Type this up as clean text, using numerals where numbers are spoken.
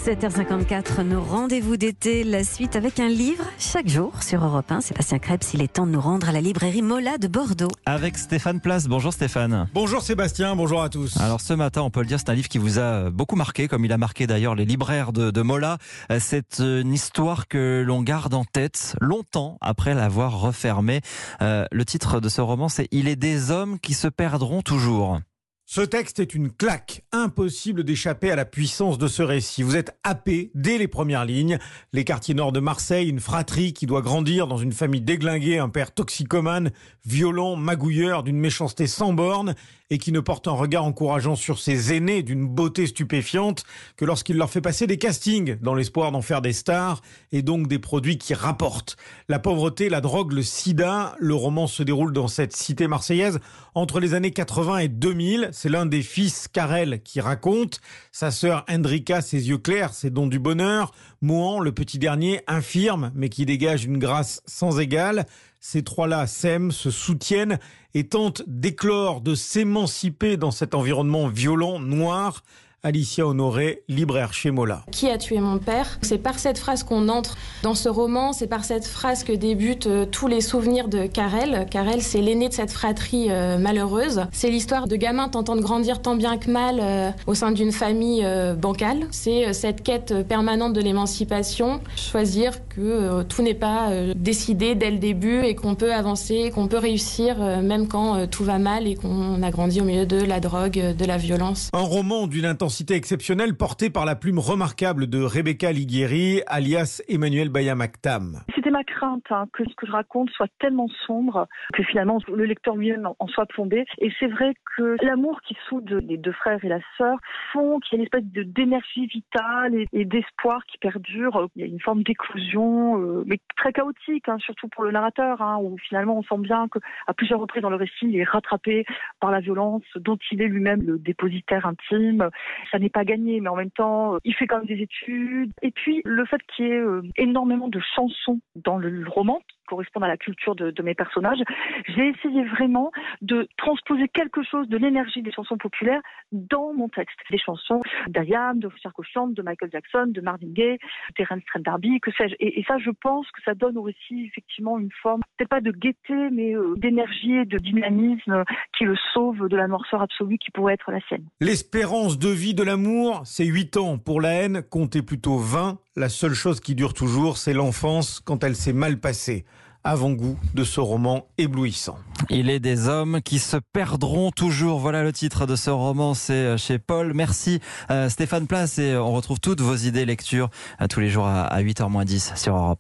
7h54, nos rendez-vous d'été, la suite avec un livre chaque jour sur Europe 1. Sébastien Krebs, il est temps de nous rendre à la librairie Mola de Bordeaux. Avec Stéphane Place. Bonjour Stéphane. Bonjour Sébastien, bonjour à tous. Alors ce matin, on peut le dire, c'est un livre qui vous a beaucoup marqué, comme il a marqué d'ailleurs les libraires de Mola. C'est une histoire que l'on garde en tête longtemps après l'avoir refermée. Le titre de ce roman, c'est « Il est des hommes qui se perdront toujours ». Ce texte est une claque. Impossible d'échapper à la puissance de ce récit. Vous êtes happé dès les premières lignes. Les quartiers nord de Marseille, une fratrie qui doit grandir dans une famille déglinguée, un père toxicomane, violent, magouilleur, d'une méchanceté sans borne et qui ne porte un regard encourageant sur ses aînés d'une beauté stupéfiante que lorsqu'il leur fait passer des castings dans l'espoir d'en faire des stars et donc des produits qui rapportent. La pauvreté, la drogue, le sida, le roman se déroule dans cette cité marseillaise entre les années 80 et 2000. C'est l'un des fils, Karel, qui raconte. Sa sœur Hendrika, ses yeux clairs, ses dons du bonheur. Mohan, le petit dernier, infirme, mais qui dégage une grâce sans égale. Ces trois-là s'aiment, se soutiennent et tentent d'éclore, de s'émanciper dans cet environnement violent, noir. Alicia Honoré, libraire chez Mola. Qui a tué mon père ? C'est par cette phrase qu'on entre dans ce roman, c'est par cette phrase que débutent tous les souvenirs de Karel. Karel, c'est l'aîné de cette fratrie malheureuse. C'est l'histoire de gamins tentant de grandir tant bien que mal au sein d'une famille bancale. C'est cette quête permanente de l'émancipation. Choisir que tout n'est pas décidé dès le début et qu'on peut avancer, qu'on peut réussir même quand tout va mal et qu'on a grandi au milieu de la drogue, de la violence. Un roman d'une intensité exceptionnelle portée par la plume remarquable de Rebecca Liguieri, alias Emmanuel Bayamaktam. C'était ma crainte que ce que je raconte soit tellement sombre que finalement le lecteur lui-même en soit plombé. Et c'est vrai que l'amour qui soude les deux frères et la sœur font qu'il y a une espèce d'énergie vitale et d'espoir qui perdure. Il y a une forme d'éclosion, mais très chaotique, surtout pour le narrateur, où finalement on sent bien qu'à plusieurs reprises dans le récit, il est rattrapé par la violence dont il est lui-même le dépositaire intime. Ça n'est pas gagné, mais en même temps, il fait quand même des études. Et puis, le fait qu'il y ait énormément de chansons dans le roman, qui correspondent à la culture de mes personnages, j'ai essayé vraiment de transposer quelque chose de l'énergie des chansons populaires dans mon texte. Des chansons d'Ayam, de Fischer Cochamp, de Michael Jackson, de Marvin Gaye, de Terence Trent D'Arby, que sais-je. Et ça, je pense que ça donne au récit effectivement une forme, peut-être pas de gaieté, mais d'énergie et de dynamisme qui le sauve de la noirceur absolue qui pourrait être la sienne. L'espérance de vie de l'amour, c'est 8 ans. Pour la haine, comptez plutôt 20. La seule chose qui dure toujours, c'est l'enfance quand elle s'est mal passée. Avant-goût de ce roman éblouissant. Il est des hommes qui se perdront toujours. Voilà le titre de ce roman, c'est chez Paul. Merci Stéphane Place et on retrouve toutes vos idées lecture tous les jours à 8h moins 10 sur Europe 1.